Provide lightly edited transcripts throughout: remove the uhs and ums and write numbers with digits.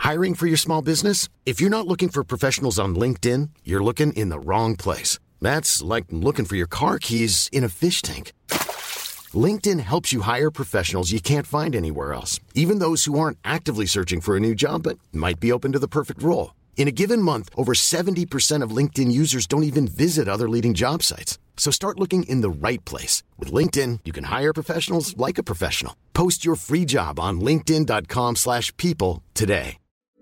Hiring for your small business? If you're not looking for professionals on LinkedIn, you're looking in the wrong place. That's like looking for your car keys in a fish tank. LinkedIn helps you hire professionals you can't find anywhere else, even those who aren't actively searching for a new job but might be open to the perfect role. In a given month, over 70% of LinkedIn users don't even visit other leading job sites. So start looking in the right place. With LinkedIn, you can hire professionals like a professional. Post your free job on linkedin.com/people today.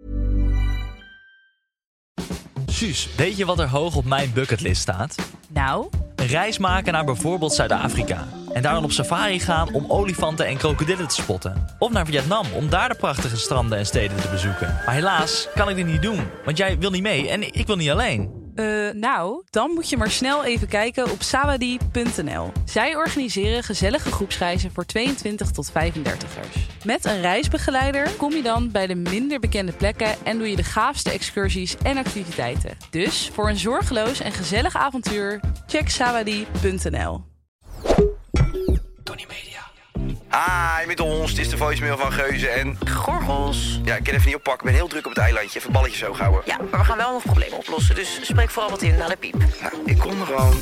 Suus, weet je wat er hoog op mijn bucketlist staat? Nou? Een reis maken naar bijvoorbeeld Zuid-Afrika. En daar dan op safari gaan om olifanten en krokodillen te spotten. Of naar Vietnam om daar de prachtige stranden en steden te bezoeken. Maar helaas kan ik dit niet doen, want jij wil niet mee en ik wil niet alleen. Nou, dan moet je maar snel even kijken op sawadie.nl. Zij organiseren gezellige groepsreizen voor 22 tot 35ers. Met een reisbegeleider kom je dan bij de minder bekende plekken en doe je de gaafste excursies en activiteiten. Dus voor een zorgeloos en gezellig avontuur, check sawadie.nl. Tony Media. Hi, met ons. Het is de voicemail van Geuze en... Gorgels. Ja, ik kan even niet oppakken. Ik ben heel druk op het eilandje. Even balletjes zo houden. Ja, maar we gaan wel nog problemen oplossen. Dus spreek vooral wat in naar de piep. Nou, ik kom er gewoon.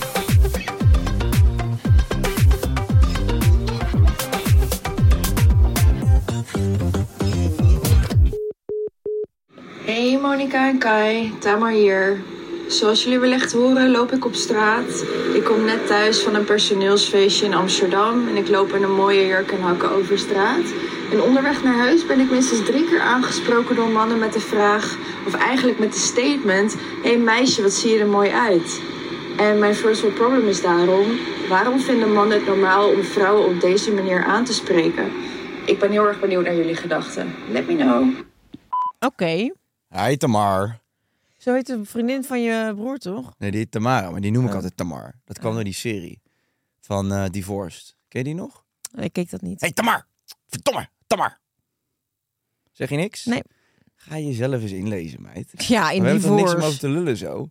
Hey Monica en Kai, Tamar hier. Zoals jullie wellicht horen loop ik op straat. Ik kom net thuis van een personeelsfeestje in Amsterdam en ik loop in een mooie jurk en hakken over straat. En onderweg naar huis ben ik minstens 3 keer aangesproken door mannen met de vraag, of eigenlijk met de statement: hey meisje, wat zie je er mooi uit? En mijn first world problem is daarom: waarom vinden mannen het normaal om vrouwen op deze manier aan te spreken? Ik ben heel erg benieuwd naar jullie gedachten. Let me know. Oké. Hi Tamar. Zo heet de vriendin van je broer, toch? Nee, die heet Tamara, maar die noem ik altijd Tamar. Dat kwam door die serie van Divorced. Ken je die nog? Ik keek dat niet. Hey Tamar! Verdomme, Tamar! Zeg je niks? Nee. Ga je zelf eens inlezen, meid. Ja, in we hebben toch niks om Divorce. over te lullen zo?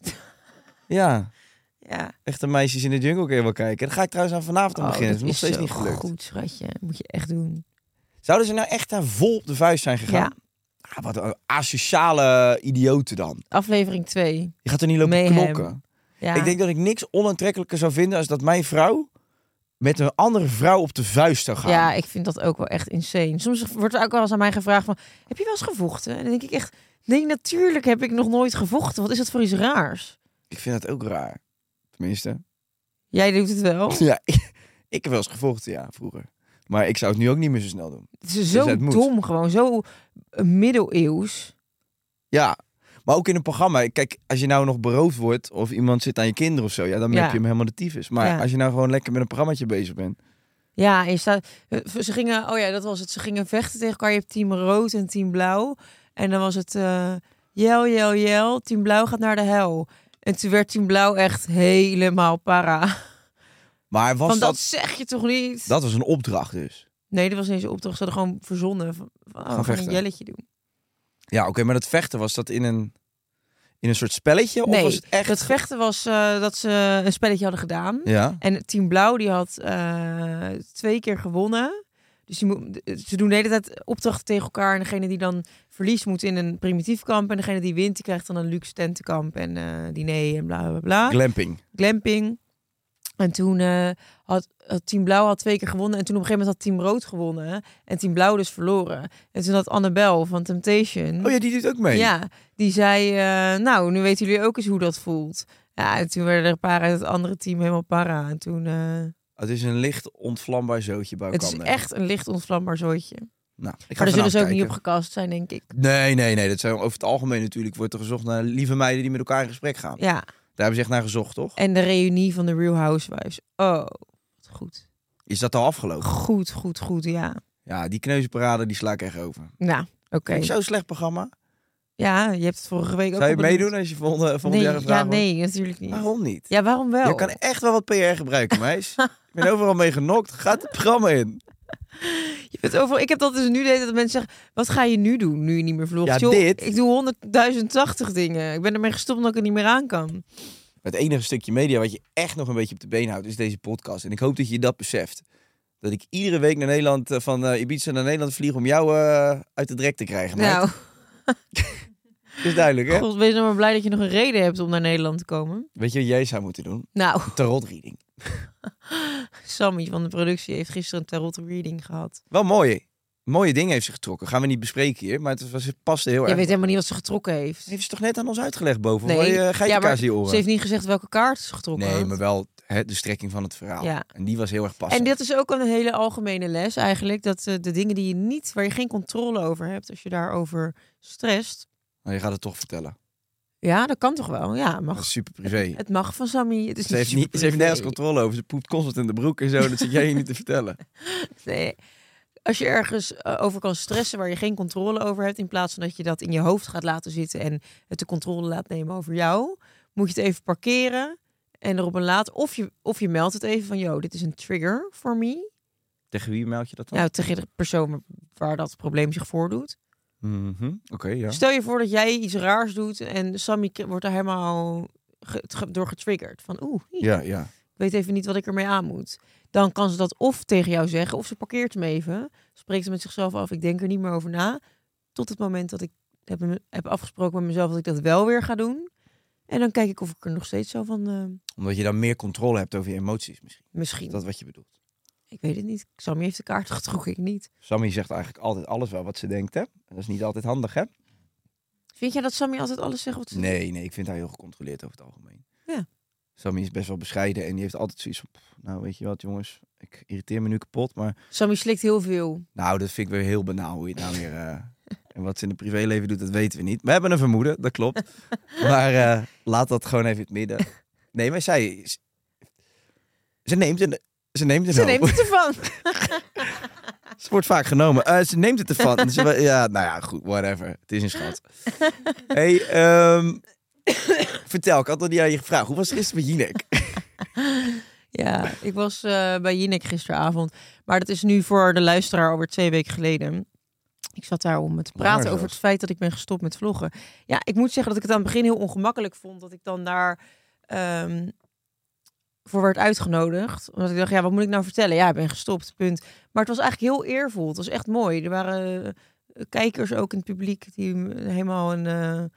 Ja. Ja. Echte meisjes in de jungle kun je wel kijken. Dat ga ik trouwens aan vanavond aan beginnen. Dat is nog steeds niet gelukt. Goed, schatje. Moet je echt doen. Zouden ze nou echt daar vol op de vuist zijn gegaan? Ja. Ah, wat een asociale idioten dan. Aflevering 2. Je gaat er niet lopen Mayhem. knokken. Ja. Ik denk dat ik niks onaantrekkelijker zou vinden als dat mijn vrouw met een andere vrouw op de vuist zou gaan. Ja, ik vind dat ook wel echt insane. Soms wordt er ook wel eens aan mij gevraagd van, heb je wel eens gevochten? En dan denk ik echt, nee, natuurlijk heb ik nog nooit gevochten. Wat is dat voor iets raars? Ik vind dat ook raar. Tenminste. Jij doet het wel. Ja, ik heb wel eens gevochten, ja, vroeger. Maar ik zou het nu ook niet meer zo snel doen. Het is zo dom gewoon, zo middeleeuws. Ja, maar ook in een programma. Kijk, als je nou nog beroofd wordt of iemand zit aan je kinderen of zo, ja, dan heb je hem helemaal de tyfus. Maar als je nou gewoon lekker met een programmaatje bezig bent. Ja, en je staat, ze gingen, oh ja, dat was het. Ze gingen vechten tegen elkaar. Je hebt team rood en team blauw. En dan was het jel, jel, jel. Team blauw gaat naar de hel. En toen werd team blauw echt helemaal para. Maar was dat zeg je toch niet? Dat was een opdracht dus. Nee, dat was niet eens een opdracht. Ze hadden gewoon verzonnen van we gaan een jelletje doen. Ja, oké, maar dat vechten, was dat in een soort spelletje? Nee, of was het echt... dat vechten was dat ze een spelletje hadden gedaan. Ja. En team blauw die had 2 keer gewonnen. Dus ze doen de hele tijd opdrachten tegen elkaar. En degene die dan verliest moet in een primitief kamp. En degene die wint, die krijgt dan een luxe tentenkamp en diner en bla bla bla. Glamping. En toen had team blauw had 2 keer gewonnen. En toen op een gegeven moment had team rood gewonnen. En team blauw dus verloren. En toen had Annabel van Temptation... Oh ja, die doet ook mee. Ja, die zei... nou, nu weten jullie ook eens hoe dat voelt. Ja, en toen werden er een paar uit het andere team helemaal para. En toen... Het is een licht ontvlambaar zootje bij elkaar. Het is echt een licht ontvlambaar zootje. Nou, maar daar zullen ze ook niet op gekast zijn, denk ik. Nee. Dat zijn over het algemeen natuurlijk. Wordt er gezocht naar lieve meiden die met elkaar in gesprek gaan. Ja. Daar hebben ze echt naar gezocht, toch? En de reunie van de Real Housewives. Oh, wat goed. Is dat al afgelopen? Goed, ja. Ja, die kneuzenparade, die sla ik echt over. Nou, oké. Zo'n slecht programma. Ja, je hebt het vorige week ook Zou je al benoemd. meedoen als je volgend jaar een vraag wordt? Nee, natuurlijk niet. Waarom niet? Ja, waarom wel? Je kan echt wel wat PR gebruiken, meis. Ik ben overal mee genokt. Gaat het programma in. Je bent overal... Ik heb dat dus nu dat mensen zeggen, wat ga je nu doen, nu je niet meer vlogt? Ja, Joh, dit. Ik doe 100.080 dingen. Ik ben ermee gestopt omdat ik er niet meer aan kan. Het enige stukje media wat je echt nog een beetje op de been houdt, is deze podcast. En ik hoop dat je dat beseft. Dat ik iedere week naar Nederland, van Ibiza naar Nederland vlieg om jou uit de drek te krijgen. Nou, Is duidelijk, hè? God, wees nou maar blij dat je nog een reden hebt om naar Nederland te komen. Weet je wat jij zou moeten doen? Nou, Tarot reading. Sammy van de productie heeft gisteren een tarot reading gehad. Wel mooi. Mooie dingen heeft ze getrokken. Gaan we niet bespreken hier, maar het paste heel erg. Je weet helemaal niet wat ze getrokken heeft. Heeft ze toch net aan ons uitgelegd boven? Nee, Maar die oren. ze heeft niet gezegd welke kaart ze getrokken Nee, had. maar wel de strekking van het verhaal. Ja. En die was heel erg passend. En dit is ook een hele algemene les eigenlijk. Dat de dingen die je niet, waar je geen controle over hebt, als je daarover stresst. Maar je gaat het toch vertellen. Ja, dat kan toch wel? Ja, mag. Dat is super privé. Het mag van Sammy. Het is Ze heeft nergens controle over. Ze poept constant in de broek en zo. Dat zit jij hier niet te vertellen. Nee. Als je ergens over kan stressen waar je geen controle over hebt, in plaats van dat je dat in je hoofd gaat laten zitten en het de controle laat nemen over jou, moet je het even parkeren en erop een laat. Of je meldt het even van, yo, dit is een trigger voor me. Tegen wie meld je dat dan? Nou, tegen de persoon waar dat probleem zich voordoet. Oké, ja. Stel je voor dat jij iets raars doet en Sammy wordt daar helemaal door getriggerd. Van Ja. ik weet even niet wat ik ermee aan moet. Dan kan ze dat of tegen jou zeggen, of ze parkeert hem even. Spreekt ze met zichzelf af, ik denk er niet meer over na. Tot het moment dat ik heb afgesproken met mezelf dat ik dat wel weer ga doen. En dan kijk ik of ik er nog steeds zo van... Omdat je dan meer controle hebt over je emoties misschien. Misschien. Is dat wat je bedoelt? Ik weet het niet. Sammy heeft de kaart getrokken, ik niet. Sammy zegt eigenlijk altijd alles wel wat ze denkt, hè? Dat is niet altijd handig, hè? Vind jij dat Sammy altijd alles zegt wat ze Nee, ik vind haar heel gecontroleerd over het algemeen. Ja. Sammy is best wel bescheiden en die heeft altijd zoiets van... Nou, weet je wat, jongens, ik irriteer me nu kapot, maar... Sammy slikt heel veel. Nou, dat vind ik weer heel banaal hoe je het nou weer... En wat ze in het privéleven doet, dat weten we niet. We hebben een vermoeden, dat klopt. Maar laat dat gewoon even in het midden. Nee, maar zij... Ze neemt het ervan. Ze wordt vaak genomen. Ze neemt het ervan. Ja, nou ja, goed, whatever. Het is een schat. Hey, vertel, ik had al niet aan je gevraagd. Hoe was het gisteren bij Jinek? Ja, ik was bij Jinek gisteravond. Maar dat is nu voor de luisteraar alweer 2 weken geleden. Ik zat daar om te praten over het feit dat ik ben gestopt met vloggen. Ja, ik moet zeggen dat ik het aan het begin heel ongemakkelijk vond. Dat ik dan daar voor werd uitgenodigd. Omdat ik dacht, ja, wat moet ik nou vertellen? Ja, ik ben gestopt, punt. Maar het was eigenlijk heel eervol. Het was echt mooi. Er waren kijkers ook in het publiek die helemaal een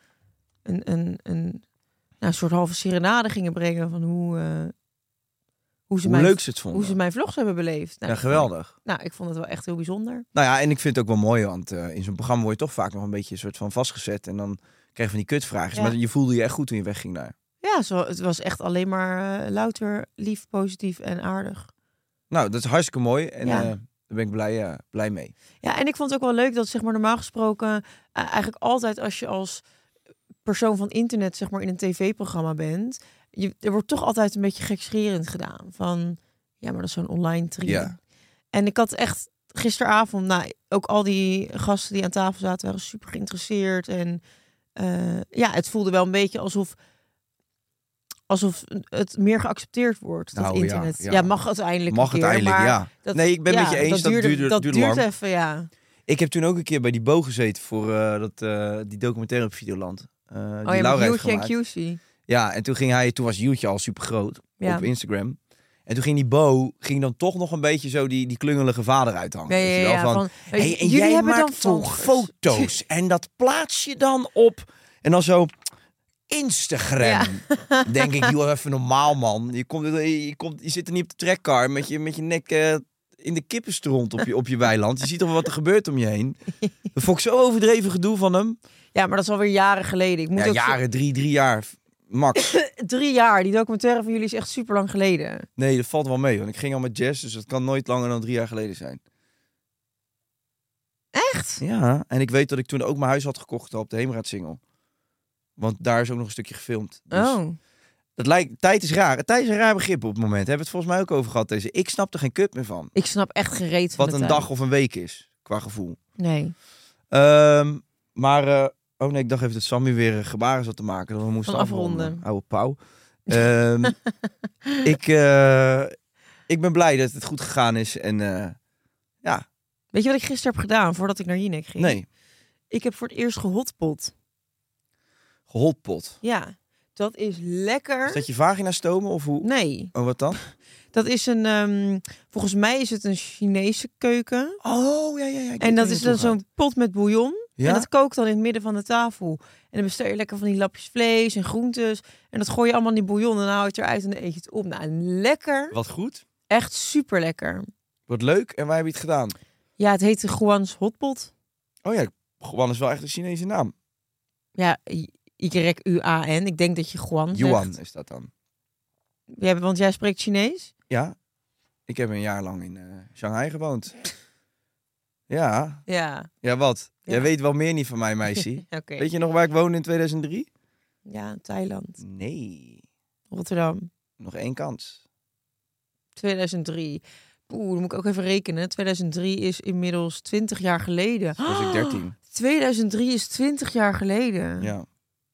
soort halve serenade gingen brengen van hoe ze mijn vlogs hebben beleefd. Nou, ja, geweldig. Ik vond het wel echt heel bijzonder. Nou ja, en ik vind het ook wel mooi, want in zo'n programma word je toch vaak nog een beetje een soort van vastgezet en dan krijg je van die kutvragen. Ja. Maar je voelde je echt goed toen je wegging daar. Ja, het was echt alleen maar louter lief, positief en aardig. Nou, dat is hartstikke mooi en daar ben ik blij mee. Ja, en ik vond het ook wel leuk dat, zeg maar, normaal gesproken eigenlijk altijd als je als persoon van internet, zeg maar, in een tv-programma bent, er wordt toch altijd een beetje gekscherend gedaan. Van, ja, maar dat is zo'n online trio. Ja. En ik had echt gisteravond, ook al die gasten die aan tafel zaten, waren super geïnteresseerd. En het voelde wel een beetje alsof het meer geaccepteerd wordt, dat internet. Ja, mag uiteindelijk ja. Nee, ik ben met je eens, dat duurde lang. Even, ja. Ik heb toen ook een keer bij die Bo gezeten voor die documentaire op Videoland. Die Laura heeft gemaakt. En QC. Ja, en toen was Joetje al super groot op Instagram. En toen ging die Bo dan toch nog een beetje zo die klungelige vader uithangen. Ja. En jij maakt dan foto's en dat plaats je dan op. En dan zo Instagram. Ja. Denk ik, joh, even normaal, man. Je zit er niet op de trekkar met je nek in de kippenstront op je weiland. Je ziet toch wel wat er gebeurt om je heen. Dat vond ik zo overdreven gedoe van hem. Ja, maar dat is alweer jaren geleden. Ik moet ook jaren, 3 jaar max. 3 jaar. Die documentaire van jullie is echt super lang geleden. Nee, dat valt wel mee. Want ik ging al met Jess, dus dat kan nooit langer dan 3 jaar geleden zijn. Echt? Ja, en ik weet dat ik toen ook mijn huis had gekocht op de Heemraadsingel. Want daar is ook nog een stukje gefilmd. Dus tijd is raar. Tijd is een raar begrip op het moment. Hebben we het volgens mij ook over gehad. Ik snap er geen kut meer van. Ik snap echt gereed van wat een dag of een week is, qua gevoel. Nee. Maar ik dacht even dat Sammy weer gebaren zat te maken. Dan we moesten afronden. Oude pauw. Ik ben blij dat het goed gegaan is. En ja. Weet je wat ik gisteren heb gedaan voordat ik naar Jinek ging? Nee. Ik heb voor het eerst gehotpot. Gehotpot? Ja. Dat is lekker. Is dat je vagina stomen of hoe? Nee. Oh, wat dan? Dat is volgens mij is het een Chinese keuken. Oh, ja. En dat is dan zo'n pot met bouillon. Ja? En dat kookt dan in het midden van de tafel. En dan bestel je lekker van die lapjes vlees en groentes. En dat gooi je allemaal in die bouillon. En dan hou je het eruit en dan eet je het op. Nou, lekker. Wat goed. Echt super lekker. Wat leuk. En waar heb je het gedaan? Ja, het heet de Juan's Hotpot. Oh ja, Juan is wel echt een Chinese naam. Ja, Y-U-A-N. Ik denk dat je Juan Yuan zegt. is dat dan. Ja, want jij spreekt Chinees? Ja. Ik heb een jaar lang in Shanghai gewoond. Ja. Ja. Ja, wat? Ja. Jij weet wel meer niet van mij, meisje. Oké. Weet je nog waar ik woonde in 2003? Ja, Thailand. Nee. Rotterdam. Nog 1 kans. 2003. Oeh, dan moet ik ook even rekenen. 2003 is inmiddels 20 jaar geleden. Toen was ik 13. 2003 is 20 jaar geleden. Ja.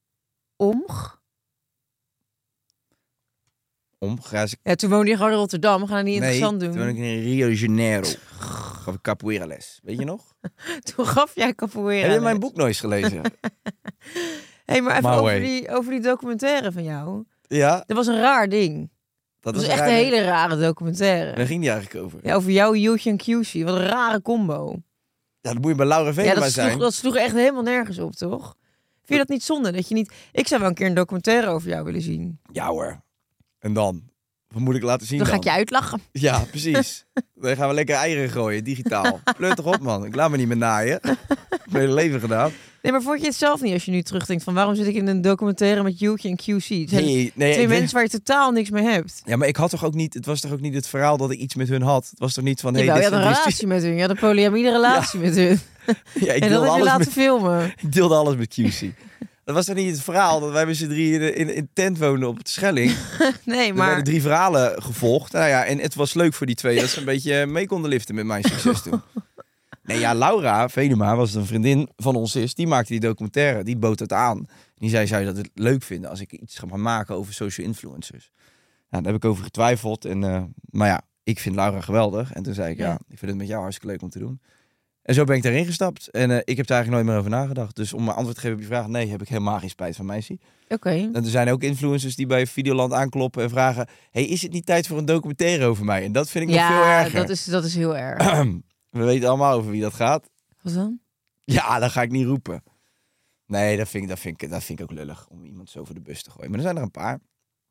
Ja, toen woonde je gewoon in Rotterdam. We gaan het niet interessant doen. toen woonde ik in Rio de Janeiro. Gaf ik capoeira les. Weet je nog? Toen gaf jij capoeira. Heb je mijn boek nooit gelezen? Hey, maar even Maui. over die documentaire van jou. Ja. Dat was een raar ding. Dat was echt een hele rare documentaire. Daar ging die eigenlijk over. Ja, over jou, Jootje en QC. Wat een rare combo. Ja, dat moet je bij Laura Venema zijn. Dat sloeg echt helemaal nergens op, toch? Vind je dat niet zonde? Dat je niet... Ik zou wel een keer een documentaire over jou willen zien. Ja hoor. En dan? Wat moet ik laten zien dan? Ga ik je uitlachen. Ja, precies. Dan gaan we lekker eieren gooien, digitaal. Pleur toch op, man. Ik laat me niet meer naaien. Ik heb mijn hele leven gedaan. Nee, maar vond je het zelf niet als je nu terugdenkt van waarom zit ik in een documentaire met Jootje en QC? Het zijn Nee, twee mensen waar je totaal niks mee hebt. Ja, maar ik had toch ook niet... Het was toch ook niet het verhaal dat ik iets met hun had? Het was toch niet van... Jawel, je had een relatie met hun. Je had een polyamide relatie met hun. Ja, en dat heb je laten filmen. Ik deelde alles met QC. Dat was toch niet het verhaal dat wij met z'n 3 in tent woonden op het Schelling? Nee, maar... Er werden 3 verhalen gevolgd. Nou ja, en het was leuk voor die 2 dat ze een beetje mee konden liften met mijn succes toen. Nee, ja, Laura Venema was een vriendin van ons die maakte die documentaire. Die bood het aan. Die zei, zou je dat leuk vinden als ik iets ga maken over social influencers? Nou, daar heb ik over getwijfeld. Maar ja, ik vind Laura geweldig. En toen zei ik, ja, ik vind het met jou hartstikke leuk om te doen. En zo ben ik daarin gestapt. En ik heb daar eigenlijk nooit meer over nagedacht. Dus om mijn antwoord te geven op je vraag, nee, heb ik helemaal geen spijt van meisje. Oké. En er zijn ook influencers die bij Videoland aankloppen en vragen, hey, is het niet tijd voor een documentaire over mij? En dat vind ik nog veel erger. Ja, dat is heel erg. We weten allemaal over wie dat gaat. Wat dan? Ja, dat ga ik niet roepen. Nee, dat vind ik ook lullig om iemand zo voor de bus te gooien. Maar er zijn er een paar.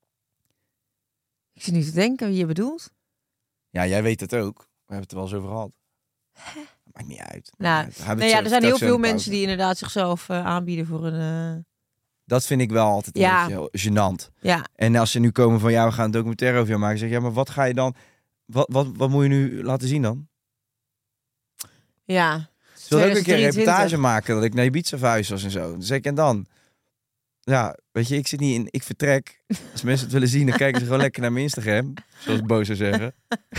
Ik zit nu te denken wie je bedoelt. Ja, jij weet het ook. We hebben het er wel eens over gehad. Maakt niet uit. Nou, er zijn heel veel mensen die inderdaad zichzelf aanbieden voor een... Dat vind ik wel altijd een beetje gênant. Ja. En als ze nu komen van, ja, we gaan een documentaire over jou maken. Zeg ik, ja, maar wat ga je dan... Wat moet je nu laten zien dan? Ja. Zullen we ook een keer een reportage maken dat ik naar Ibiza verhuisd was en zo? Dan zeg ik, en dan? Ja, weet je, ik zit niet in... Ik vertrek. Als mensen het willen zien, dan kijken ze gewoon lekker naar mijn Instagram. Zoals Bo zou zeggen.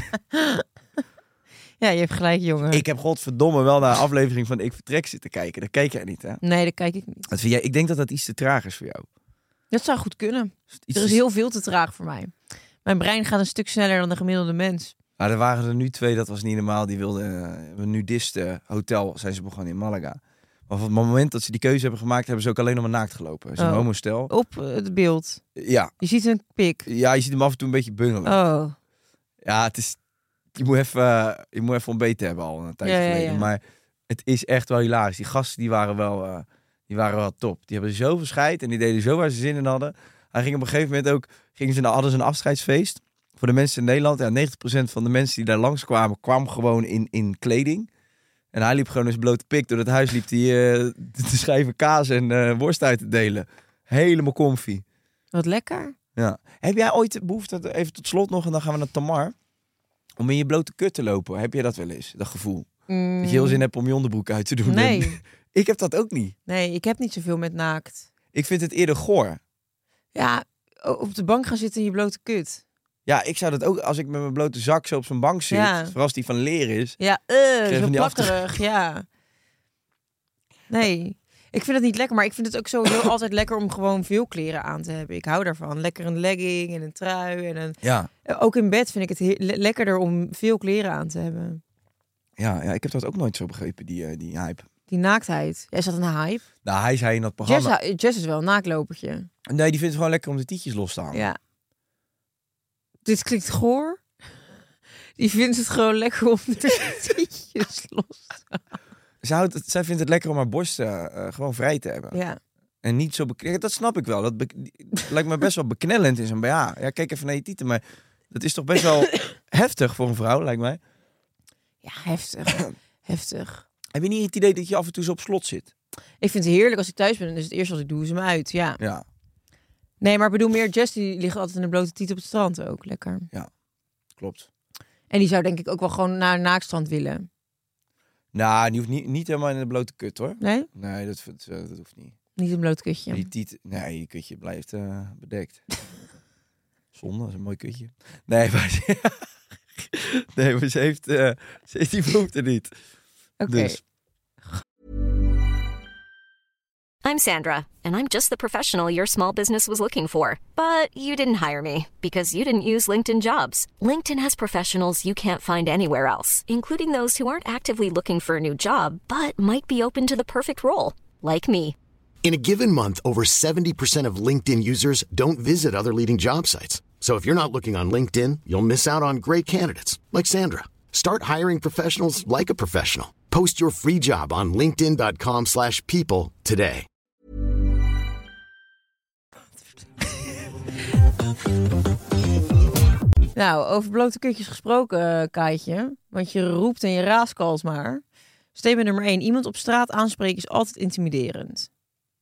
Ja, je hebt gelijk, jongen. Ik heb godverdomme wel naar een aflevering van Ik Vertrek zitten kijken. Dat kijk jij niet, hè? Nee, dat kijk ik niet. Wat vind jij? Ik denk dat dat iets te traag is voor jou. Dat zou goed kunnen. Er is heel veel te traag voor mij. Mijn brein gaat een stuk sneller dan de gemiddelde mens. Nou, er waren er nu 2, dat was niet normaal. Die wilden een nudiste hotel, zijn ze begonnen in Malaga. Maar op het moment dat ze die keuze hebben gemaakt, hebben ze ook alleen nog maar naakt gelopen. Ze is een homostel. Op het beeld? Ja. Je ziet een pik? Ja, je ziet hem af en toe een beetje bungelen. Oh. Ja, het is... Je moet even ontbeten hebben al een tijdje geleden. Ja. Maar het is echt wel hilarisch. Die gasten die waren wel top. Die hebben zoveel scheid en die deden zo waar ze zin in hadden. Hij ging op een gegeven moment ook... hadden ze een afscheidsfeest. Voor de mensen in Nederland. Ja, 90% van de mensen die daar langskwamen, kwam gewoon in kleding. En hij liep gewoon eens blote pik. Door het huis liep hij te schijven kaas en worst uit te delen. Helemaal comfy. Wat lekker. Ja. Heb jij ooit behoefte, even tot slot nog, en dan gaan we naar Tamar, om in je blote kut te lopen? Heb jij dat wel eens, dat gevoel? Dat je heel zin hebt om je onderbroek uit te doen? Nee. Ik heb dat ook niet. Nee, ik heb niet zoveel met naakt. Ik vind het eerder goor. Ja, op de bank gaan zitten in je blote kut. Ja, ik zou dat ook, als ik met mijn blote zak zo op zo'n bank zit, vooral als die van leer is. Ja, zo plakkerig, ja. Nee, ik vind het niet lekker, maar ik vind het ook sowieso altijd lekker om gewoon veel kleren aan te hebben. Ik hou daarvan. Lekker een legging en een trui en een... Ja. Ook in bed vind ik het lekkerder om veel kleren aan te hebben. Ja, ik heb dat ook nooit zo begrepen, die hype. Die naaktheid. Ja, is dat een hype? Nou, hij zei in dat programma... Jess is wel een naaktlopertje. Nee, die vindt het gewoon lekker om de tietjes los te halen. Ja. Dit klinkt goor. Die vindt het gewoon lekker om de tietjes los te halen. Zij vindt het lekker om haar borst gewoon vrij te hebben. Ja. En niet zo dat snap ik wel. Dat lijkt me best wel beknellend in zo'n BH. Ja, kijk even naar je tieten, maar dat is toch best wel heftig voor een vrouw, lijkt mij. Ja, heftig. Heftig. Heb je niet het idee dat je af en toe zo op slot zit? Ik vind het heerlijk als ik thuis ben. Dus het eerste wat ik doe is hem uit. Ja. Nee, maar ik bedoel meer Jess, die ligt altijd in de blote tiet op het strand ook. Lekker. Ja, klopt. En die zou denk ik ook wel gewoon naar een naakstrand willen. Nou, die hoeft niet helemaal in de blote kut, hoor. Nee? Nee, dat hoeft niet. Niet een bloot kutje. Die tiet, nee, je kutje blijft bedekt. Zonde, dat is een mooi kutje. Nee, maar ze heeft die behoefte niet. Oké. Dus. I'm Sandra, and I'm just the professional your small business was looking for. But you didn't hire me because you didn't use LinkedIn Jobs. LinkedIn has professionals you can't find anywhere else, including those who aren't actively looking for a new job, but might be open to the perfect role, like me. In a given month, over 70% of LinkedIn users don't visit other leading job sites. So if you're not looking on LinkedIn, you'll miss out on great candidates like Sandra. Start hiring professionals like a professional. Post your free job on linkedin.com/people today. Nou, over blote kutjes gesproken, Kaaitje. Want je roept en je raaskalt maar. Statement nummer 1. Iemand op straat aanspreken is altijd intimiderend.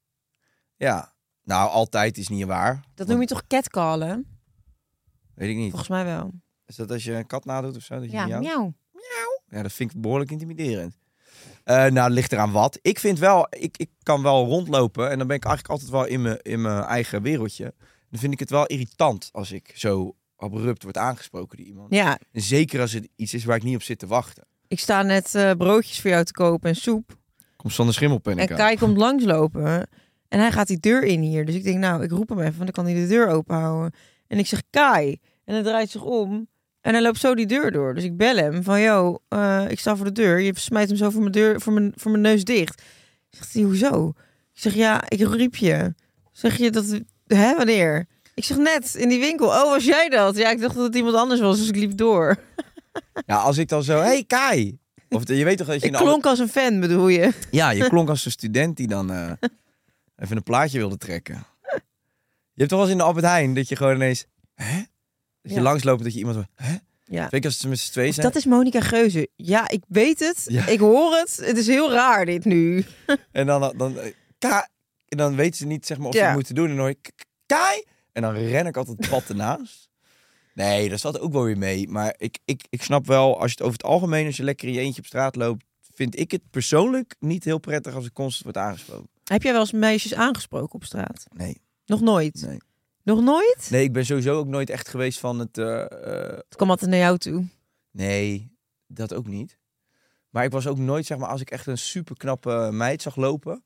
Ja, nou, altijd is niet waar. Dat noem je toch catcallen? Weet ik niet. Volgens mij wel. Is dat als je een kat nadoet of zo? Dat je Ja, miauwt? miauw. Ja, dat vind ik behoorlijk intimiderend. Nou, dat ligt eraan wat. Ik vind wel, ik kan wel rondlopen en dan ben ik eigenlijk altijd wel in mijn eigen wereldje. Dan vind ik het wel irritant als ik zo abrupt word aangesproken door iemand. Ja. En zeker als het iets is waar ik niet op zit te wachten. Ik sta net broodjes voor jou te kopen en soep. Komt Sander Schimmelpenninck En aan. Kai komt langslopen. En hij gaat die deur in hier. Dus ik denk, nou, ik roep hem even, want dan kan hij de deur open houden. En ik zeg, Kai. En hij draait zich om. En hij loopt zo die deur door. Dus ik bel hem van, yo, ik sta voor de deur. Je smijt hem zo voor mijn deur, voor mijn neus dicht. Zegt hij, hoezo? Ik zeg, ja, ik riep je. Zeg je dat, hè, wanneer? Ik zeg, net, in die winkel. Oh, was jij dat? Ja, ik dacht dat het iemand anders was, dus ik liep door. Ja, als ik dan zo, hey Kai. Of je weet toch dat je... Ik klonk als een fan, bedoel je? Ja, je klonk als een student die dan even een plaatje wilde trekken. Je hebt toch wel eens in de Albert Heijn dat je gewoon ineens... Hè? Dat je langsloopt dat je iemand... Hè? Ja. Weet ik als ze met z'n twee zijn? Dat is Monica Geuze. Ja, ik weet het. Ja. Ik hoor het. Het is heel raar dit nu. En dan weten ze niet zeg maar of ze het moeten doen. En dan hoor ik... Kai! En dan ren ik altijd het pad ernaast. Nee, dat zat ook wel weer mee. Maar ik snap wel, als je het over het algemeen... als je lekker in je eentje op straat loopt... vind ik het persoonlijk niet heel prettig als ik constant word aangesproken. Heb jij wel eens meisjes aangesproken op straat? Nee. Nog nooit? Nee. Nog nooit? Nee, ik ben sowieso ook nooit echt geweest van het... Het kwam altijd naar jou toe. Nee, dat ook niet. Maar ik was ook nooit, zeg maar, als ik echt een superknappe meid zag lopen...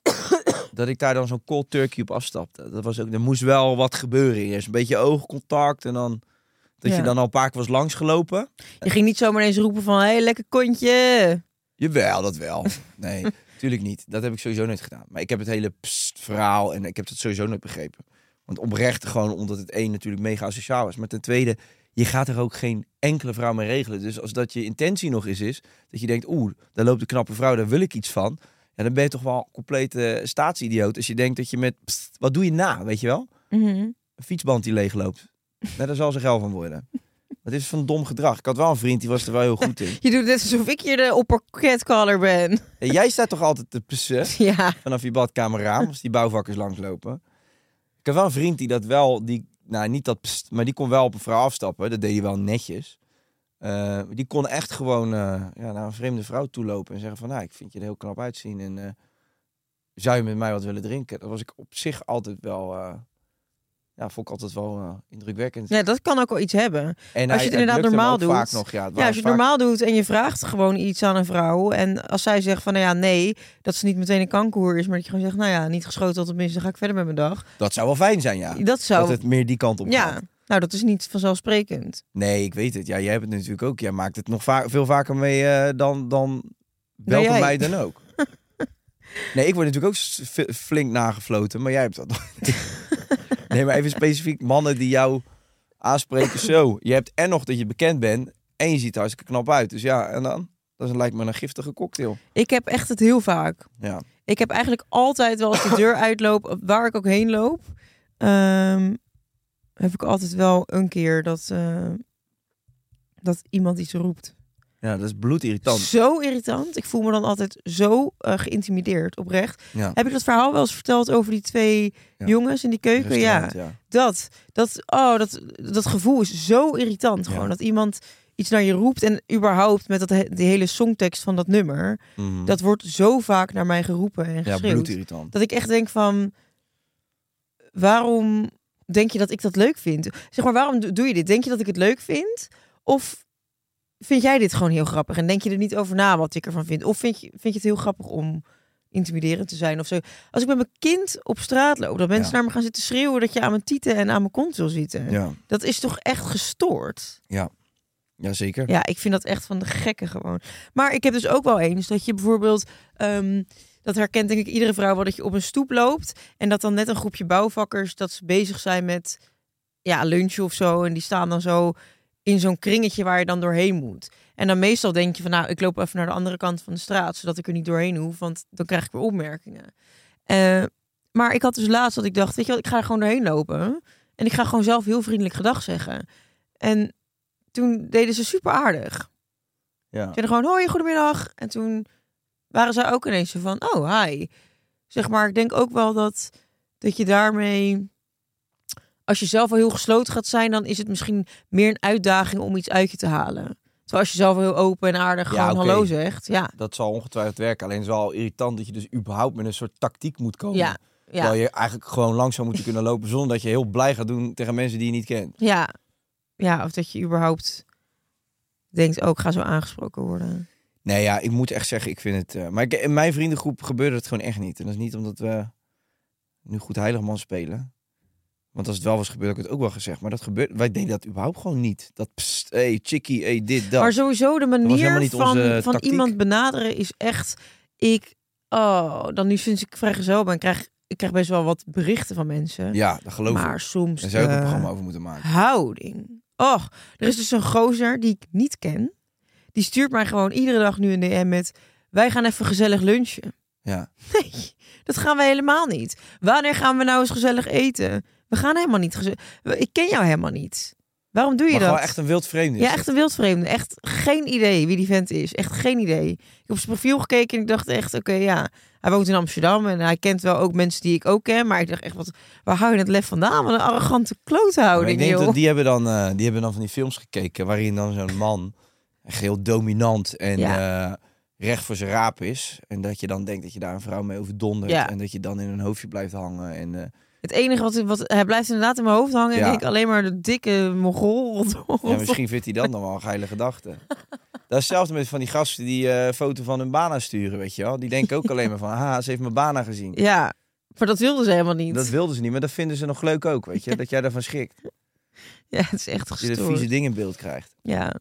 dat ik daar dan zo'n cold turkey op afstapte. Dat was ook, er moest wel wat gebeuren eerst. Een beetje oogcontact en dan... Dat je dan al een paar keer was langsgelopen. Je ging niet zomaar eens roepen van... Hé, lekker kontje. Jawel, dat wel. Nee, natuurlijk niet. Dat heb ik sowieso nooit gedaan. Maar ik heb het hele verhaal en ik heb het sowieso nooit begrepen. Want oprecht gewoon omdat het één natuurlijk mega asociaal is. Maar ten tweede, je gaat er ook geen enkele vrouw mee regelen. Dus als dat je intentie nog is dat je denkt... daar loopt een knappe vrouw, daar wil ik iets van. Ja, dan ben je toch wel een complete staatsidioot. Als je denkt dat je met... wat doe je na, weet je wel? Een fietsband die leeg loopt. Nou, daar zal ze geil van worden. Dat is van dom gedrag. Ik had wel een vriend, die was er wel heel goed in. Je doet net alsof ik hier de oppercatcaller ben. En jij staat toch altijd te pissen vanaf je badkamerraam als die bouwvakkers langslopen. Ik heb wel een vriend die dat wel, niet dat, maar die kon wel op een vrouw afstappen. Dat deed hij wel netjes. Die kon echt gewoon naar een vreemde vrouw toelopen en zeggen van, ik vind je er heel knap uitzien en zou je met mij wat willen drinken? Dat was ik op zich altijd wel... vond ik altijd wel indrukwekkend. Ja, dat kan ook wel iets hebben. En als je het inderdaad normaal doet. Vaak nog, als je het normaal doet en je vraagt gewoon iets aan een vrouw. En als zij zegt van, nee, dat ze niet meteen een kankerhoer is. Maar dat je gewoon zegt, niet geschoten tot tenminste, dan ga ik verder met mijn dag. Dat zou wel fijn zijn, ja. Dat het meer die kant op gaat. Ja, nou dat is niet vanzelfsprekend. Nee, ik weet het. Ja, jij hebt het natuurlijk ook. Jij maakt het nog veel vaker mee dan welke mij dan ook. Nee, ik word natuurlijk ook flink nagefloten. Maar jij hebt dat nog. Nee, maar even specifiek mannen die jou aanspreken zo. Je hebt en nog dat je bekend bent en je ziet er hartstikke knap uit. Dus ja, en dan? Dat lijkt me een giftige cocktail. Ik heb echt het heel vaak. Ja. Ik heb eigenlijk altijd wel als de deur uitloop, waar ik ook heen loop, heb ik altijd wel een keer dat iemand iets roept. Ja, dat is bloedirritant. Zo irritant. Ik voel me dan altijd zo geïntimideerd, oprecht. Ja. Heb ik dat verhaal wel eens verteld over die 2 jongens in die keuken? Ja. Dat gevoel is zo irritant. Gewoon dat iemand iets naar je roept en überhaupt met die hele songtekst van dat nummer. Dat wordt zo vaak naar mij geroepen en geschreeuwd. Ja, bloedirritant. Dat ik echt denk van, waarom denk je dat ik dat leuk vind? Zeg maar, waarom doe je dit? Denk je dat ik het leuk vind? Of vind jij dit gewoon heel grappig? En denk je er niet over na wat ik ervan vind? Of vind je het heel grappig om intimiderend te zijn of zo? Als ik met mijn kind op straat loop, dat mensen naar me gaan zitten schreeuwen dat je aan mijn tieten en aan mijn kont wil zitten. Ja. Dat is toch echt gestoord? Ja. Ja, zeker. Ja, ik vind dat echt van de gekken gewoon. Maar ik heb dus ook wel eens dat je bijvoorbeeld, dat herkent denk ik iedere vrouw wel, dat je op een stoep loopt en dat dan net een groepje bouwvakkers, dat ze bezig zijn met lunchen of zo. En die staan dan zo in zo'n kringetje waar je dan doorheen moet. En dan meestal denk je van, nou, ik loop even naar de andere kant van de straat, zodat ik er niet doorheen hoef, want dan krijg ik weer opmerkingen. Maar ik had dus laatst dat ik dacht, weet je wat, ik ga er gewoon doorheen lopen en ik ga gewoon zelf heel vriendelijk gedag zeggen. En toen deden ze super aardig. Ja. Ze zeiden gewoon, hoi, goedemiddag. En toen waren zij ook ineens zo van, oh, hi. Zeg maar, ik denk ook wel dat je daarmee, als je zelf al heel gesloten gaat zijn, dan is het misschien meer een uitdaging om iets uit je te halen. Terwijl als je zelf al heel open en aardig gewoon hallo zegt. Ja. Dat zal ongetwijfeld werken. Alleen is het wel irritant dat je dus überhaupt met een soort tactiek moet komen. Ja. Terwijl je eigenlijk gewoon lang zou moeten kunnen lopen zonder dat je heel blij gaat doen tegen mensen die je niet kent. Ja. Ja, of dat je überhaupt denkt, ik ga zo aangesproken worden. Nee, ja, ik moet echt zeggen, ik vind het... maar in mijn vriendengroep gebeurde het gewoon echt niet. En dat is niet omdat we nu goed heiligman spelen. Want als het wel was gebeurd, had ik het ook wel gezegd. Maar dat gebeurt... Wij deden dat überhaupt gewoon niet. Dat pst, hey, chickie, hey, dit, dat. Maar sowieso de manier van iemand benaderen is echt... dan nu sinds ik vrijgezel ben, ik krijg best wel wat berichten van mensen. Ja, dat geloof ik. Maar soms... Daar zou je ook een programma over moeten maken. Houding. Och, er is dus een gozer die ik niet ken. Die stuurt mij gewoon iedere dag nu een DM met, wij gaan even gezellig lunchen. Ja. Nee, dat gaan we helemaal niet. Wanneer gaan we nou eens gezellig eten? We gaan helemaal niet gezellig. Ik ken jou helemaal niet. Waarom doe je dat? Gewoon echt een wildvreemde. Ja, echt een wildvreemde. Echt geen idee wie die vent is. Echt geen idee. Ik heb op zijn profiel gekeken en ik dacht echt, hij woont in Amsterdam en hij kent wel ook mensen die ik ook ken. Maar ik dacht echt, waar hou je het lef vandaan? Wat een arrogante kloothouding, ik denk dat die hebben dan van die films gekeken waarin dan zo'n man echt heel dominant en recht voor zijn raap is. En dat je dan denkt dat je daar een vrouw mee overdondert. Ja. En dat je dan in een hoofdje blijft hangen. En, het enige wat hij blijft inderdaad in mijn hoofd hangen. En ik alleen maar de dikke Mongool. Ja, misschien vindt hij dan wel een geile gedachte. Dat is hetzelfde met van die gasten die foto van hun bana sturen, weet je wel. Die denken ook alleen maar van, ze heeft mijn bana gezien. Ja, maar dat wilden ze helemaal niet. Dat wilden ze niet, maar dat vinden ze nog leuk ook, weet je. Dat jij daarvan schrikt. Ja, het is echt gestoord. Dat je dat vieze ding in beeld krijgt. Ja.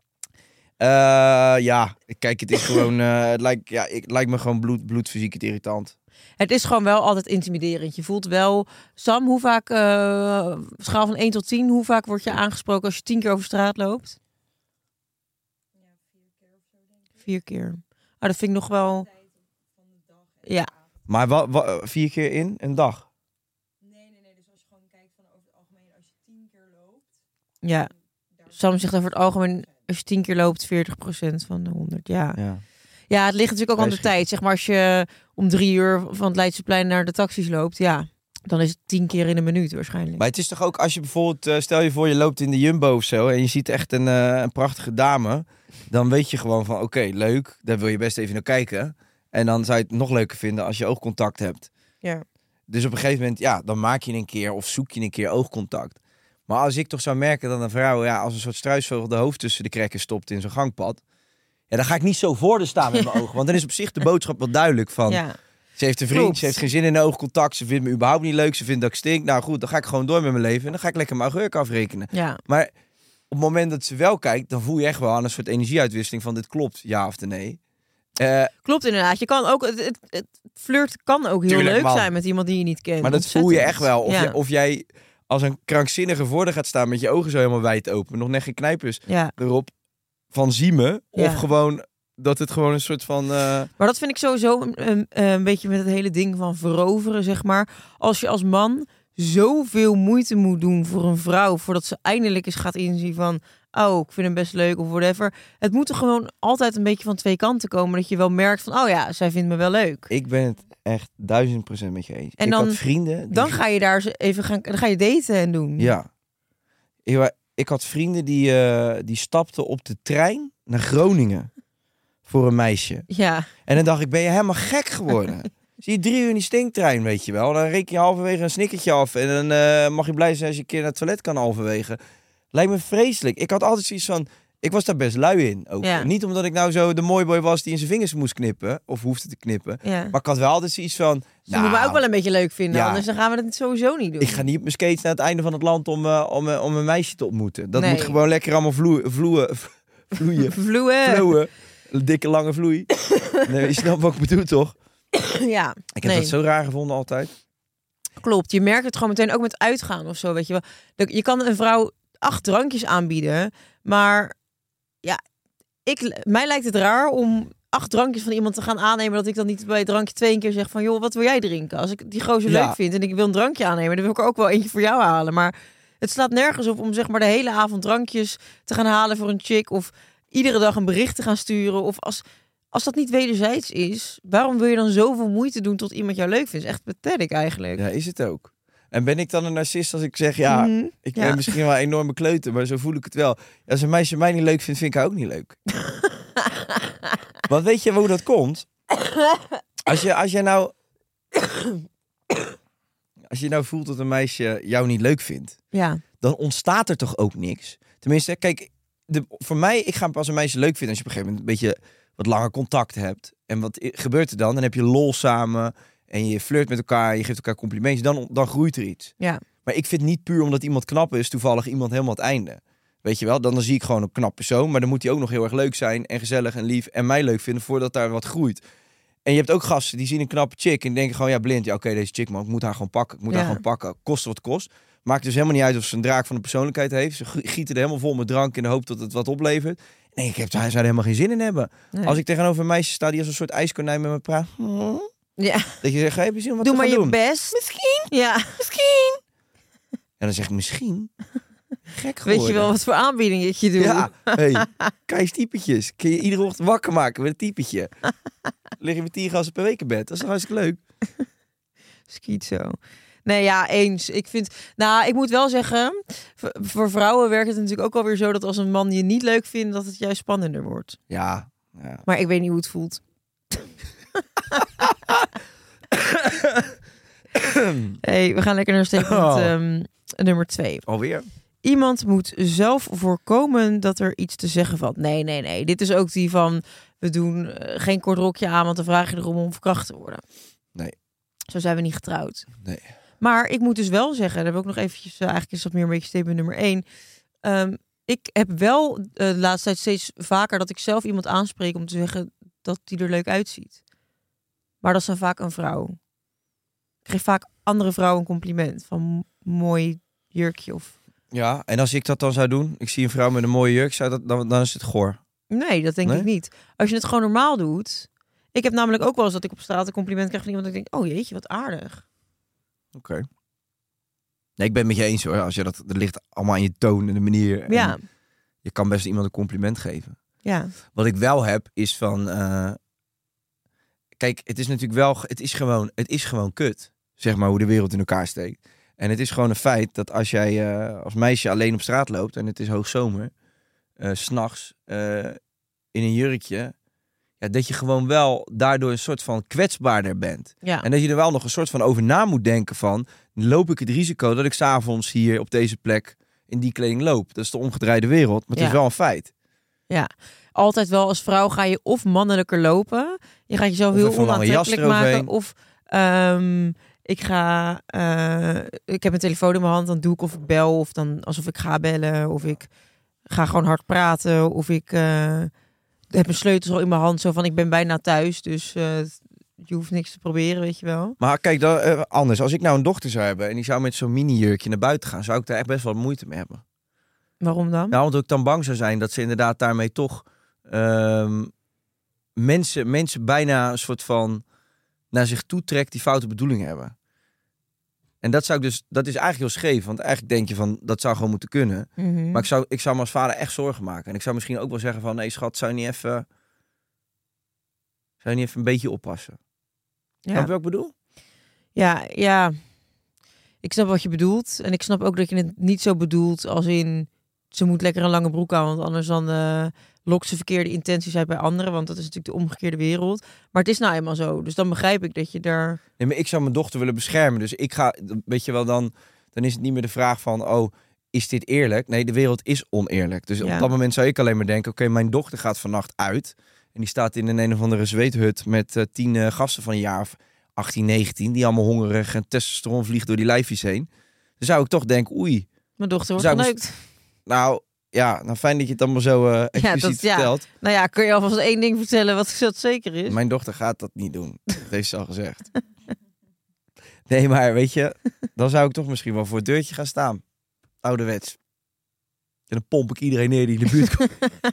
Kijk, het is gewoon, het lijkt me gewoon bloedfysiek het irritant. Het is gewoon wel altijd intimiderend. Je voelt wel, Sam, hoe vaak, schaal van 1 tot 10, hoe vaak word je aangesproken als je 10 keer over straat loopt? Ja, 4 keer of zo, denk ik. 4 keer. Maar dat vind ik nog wel... Ja. Maar 4 keer in een dag? Nee. Dus als je gewoon kijkt van over het algemeen, als je 10 keer loopt... Ja. Sam zegt over het algemeen, als je 10 keer loopt, 40% van de 100. Ja. Ja, het ligt natuurlijk ook aan de tijd. Zeg maar, als je om 3 uur van het Leidseplein naar de taxis loopt, dan is het 10 keer in een minuut waarschijnlijk. Maar het is toch ook als je bijvoorbeeld, stel je voor je loopt in de Jumbo of zo en je ziet echt een prachtige dame, dan weet je gewoon van oké, leuk, daar wil je best even naar kijken. En dan zou je het nog leuker vinden als je oogcontact hebt. Ja. Dus op een gegeven moment, dan maak je een keer of zoek je een keer oogcontact. Maar als ik toch zou merken dat een vrouw als een soort struisvogel de hoofd tussen de krekken stopt in zo'n gangpad, dan ga ik niet zo voor de staan met mijn ogen. Want dan is op zich de boodschap wel duidelijk van... Ja. Ze heeft een vriend, Klopt. Ze heeft geen zin in oogcontact. Ze vindt me überhaupt niet leuk. Ze vindt dat ik stink. Nou goed, dan ga ik gewoon door met mijn leven. En dan ga ik lekker mijn augurk afrekenen. Ja. Maar op het moment dat ze wel kijkt, dan voel je echt wel aan een soort energieuitwisseling van dit klopt, ja of nee. Klopt inderdaad. Je kan ook, het flirt kan ook heel leuk zijn met iemand die je niet kent. Maar dat voel je echt wel. Of jij als een krankzinnige voor de gaat staan met je ogen zo helemaal wijd open. Nog net geen knijpers erop van zie me. Of gewoon dat het gewoon een soort van... Maar dat vind ik sowieso een beetje met het hele ding van veroveren, zeg maar. Als je als man zoveel moeite moet doen voor een vrouw, voordat ze eindelijk eens gaat inzien van, oh, ik vind hem best leuk of whatever. Het moet er gewoon altijd een beetje van twee kanten komen, dat je wel merkt van, oh ja, zij vindt me wel leuk. Ik ben het echt 1000% met je eens. En ik dan, had vrienden... Dan ga je daar even dan ga je daten en doen. Ja. Ik had vrienden die stapten op de trein naar Groningen voor een meisje. Ja. En dan dacht ik, ben je helemaal gek geworden? Zie je 3 uur in die stinktrein, weet je wel. Dan reken je halverwege een snickertje af. En dan mag je blij zijn als je een keer naar het toilet kan halverwege. Lijkt me vreselijk. Ik had altijd zoiets van... Ik was daar best lui in. Ook. Ja. Niet omdat ik nou zo de mooi boy was die in zijn vingers moest knippen. Of hoefde te knippen. Ja. Maar ik had wel altijd zoiets van... Ze moet me ook wel een beetje leuk vinden. Ja. Anders dan gaan we het sowieso niet doen. Ik ga niet op mijn skates naar het einde van het land om een meisje te ontmoeten. Dat Nee. moet gewoon lekker allemaal vloeien. Vloeien. Een dikke lange vloei. Nee, je snapt wat ik bedoel, toch? Ja. Ik heb dat zo raar gevonden altijd. Klopt, je merkt het gewoon meteen ook met uitgaan of zo, weet je wel. Je kan een vrouw 8 drankjes aanbieden, maar ja, mij lijkt het raar om 8 drankjes van iemand te gaan aannemen, dat ik dan niet bij drankje 2 keer zeg van, joh, wat wil jij drinken? Als ik die gozer leuk vind en ik wil een drankje aannemen, dan wil ik er ook wel eentje voor jou halen. Maar het slaat nergens op om zeg maar de hele avond drankjes te gaan halen voor een chick of iedere dag een bericht te gaan sturen. Of als dat niet wederzijds is, waarom wil je dan zoveel moeite doen tot iemand jou leuk vindt? Is echt pathetic eigenlijk. Ja, is het ook. En ben ik dan een narcist als ik zeg, ik ben misschien wel een enorme kleuter, maar zo voel ik het wel. Ja, als een meisje mij niet leuk vindt, vind ik haar ook niet leuk. Want weet je hoe dat komt? Als je nou voelt dat een meisje jou niet leuk vindt, dan ontstaat er toch ook niks. Tenminste, kijk, voor mij, ik ga pas een meisje leuk vinden als je op een gegeven moment een beetje wat langer contact hebt. En wat gebeurt er dan? Dan heb je lol samen en je flirt met elkaar, je geeft elkaar complimentjes, dan groeit er iets. Ja. Maar ik vind niet puur omdat iemand knap is, toevallig iemand helemaal het einde. Weet je wel, dan zie ik gewoon een knap persoon, maar dan moet hij ook nog heel erg leuk zijn en gezellig en lief en mij leuk vinden voordat daar wat groeit. En je hebt ook gasten die zien een knappe chick en denken gewoon, ja, blind, ja, oké, deze chick, man, ik moet haar gewoon pakken. Ik moet haar gewoon pakken, kost wat kost. Maakt dus helemaal niet uit of ze een draak van de persoonlijkheid heeft. Ze gieten er helemaal vol met drank in de hoop dat het wat oplevert. Nee, ik zou er helemaal geen zin in hebben. Nee. Als ik tegenover een meisje sta die als een soort ijskonijn met me praat. Ja. Dat je zegt, heb je zin om wat Doe te gaan doen? Doe maar je best. Misschien. Ja. Misschien. En dan zeg ik misschien. Gek geworden. Weet je wel wat voor aanbieding ik je doe? Ja. Hey, kijk typetjes. Kun je iedere ochtend wakker maken met een typetje. Lig je met 10 gasten per week in bed. Dat is toch hartstikke leuk. Skiet zo. Nee, ja, eens. Ik moet wel zeggen, voor vrouwen werkt het natuurlijk ook alweer zo dat als een man je niet leuk vindt, dat het juist spannender wordt. Ja. Maar ik weet niet hoe het voelt. Hey, we gaan lekker naar statement nummer 2. Alweer? Iemand moet zelf voorkomen dat er iets te zeggen valt. Nee. Dit is ook die van, we doen geen kort rokje aan, want dan vraag je erom om verkracht te worden. Nee. Zo zijn we niet getrouwd. Nee. Maar ik moet dus wel zeggen, daar wil ik nog eventjes, eigenlijk is dat meer een beetje statement nummer 1. Ik heb wel de laatste tijd steeds vaker dat ik zelf iemand aanspreek om te zeggen dat die er leuk uitziet. Maar dat is dan vaak een vrouw. Ik geef vaak andere vrouwen een compliment van mooi jurkje of... Ja, en als ik dat dan zou doen, ik zie een vrouw met een mooie jurk, dan is het goor. Nee, dat denk ik niet. Als je het gewoon normaal doet. Ik heb namelijk ook wel eens dat ik op straat een compliment krijg van iemand en ik denk, oh jeetje, wat aardig. Oké. Nee, ik ben het met je eens hoor. Als je dat ligt allemaal aan je toon en de manier. Ja. En je kan best iemand een compliment geven. Ja. Wat ik wel heb is van, kijk, het is natuurlijk wel, het is gewoon kut, zeg maar, hoe de wereld in elkaar steekt. En het is gewoon een feit dat als jij als meisje alleen op straat loopt en het is hoogzomer, 's nachts in een jurkje, ja, dat je gewoon wel daardoor een soort van kwetsbaarder bent. Ja. En dat je er wel nog een soort van over na moet denken van, loop ik het risico dat ik 's avonds hier op deze plek in die kleding loop? Dat is de omgedraaide wereld, maar het is wel een feit. Ja, altijd wel als vrouw ga je of mannelijker lopen. Je gaat jezelf heel onaantrekkelijk maken. Of ik heb een telefoon in mijn hand, dan doe ik of ik bel. Of dan alsof ik ga bellen. Of ik ga gewoon hard praten. Of ik heb mijn sleutels al in mijn hand. Zo van, ik ben bijna thuis. Dus je hoeft niks te proberen, weet je wel. Maar kijk, anders. Als ik nou een dochter zou hebben en die zou met zo'n mini-jurkje naar buiten gaan, zou ik daar echt best wel moeite mee hebben. Waarom dan? Nou, omdat ik dan bang zou zijn dat ze inderdaad daarmee toch mensen bijna een soort van naar zich toe trekt die foute bedoelingen hebben. En dat is eigenlijk heel scheef. Want eigenlijk denk je van, dat zou gewoon moeten kunnen. Mhm. Maar ik zou me als vader echt zorgen maken. En ik zou misschien ook wel zeggen van, nee schat, zou je niet even een beetje oppassen? Snap je wat ik bedoel? Ja. Ik snap wat je bedoelt. En ik snap ook dat je het niet zo bedoelt als in... ze moet lekker een lange broek aan, want anders dan lokt ze verkeerde intenties uit bij anderen. Want dat is natuurlijk de omgekeerde wereld. Maar het is nou eenmaal zo. Dus dan begrijp ik dat je daar... Nee, maar ik zou mijn dochter willen beschermen. Dus ik ga, weet je wel, dan is het niet meer de vraag van... oh, is dit eerlijk? Nee, de wereld is oneerlijk. Dus op dat moment zou ik alleen maar denken... oké, mijn dochter gaat vannacht uit... en die staat in een of andere zweethut... met 10 gasten van een jaar of 18, 19... die allemaal hongerig en testosteron vliegt door die lijfjes heen. Dan zou ik toch denken, oei... Mijn dochter wordt geneukt. Nou, fijn dat je het allemaal zo expliciet vertelt. Nou ja, kun je alvast 1 ding vertellen wat dat zeker is? Mijn dochter gaat dat niet doen. Dat heeft ze al gezegd. Nee, maar weet je, dan zou ik toch misschien wel voor het deurtje gaan staan. Ouderwets. En dan pomp ik iedereen neer die in de buurt komt.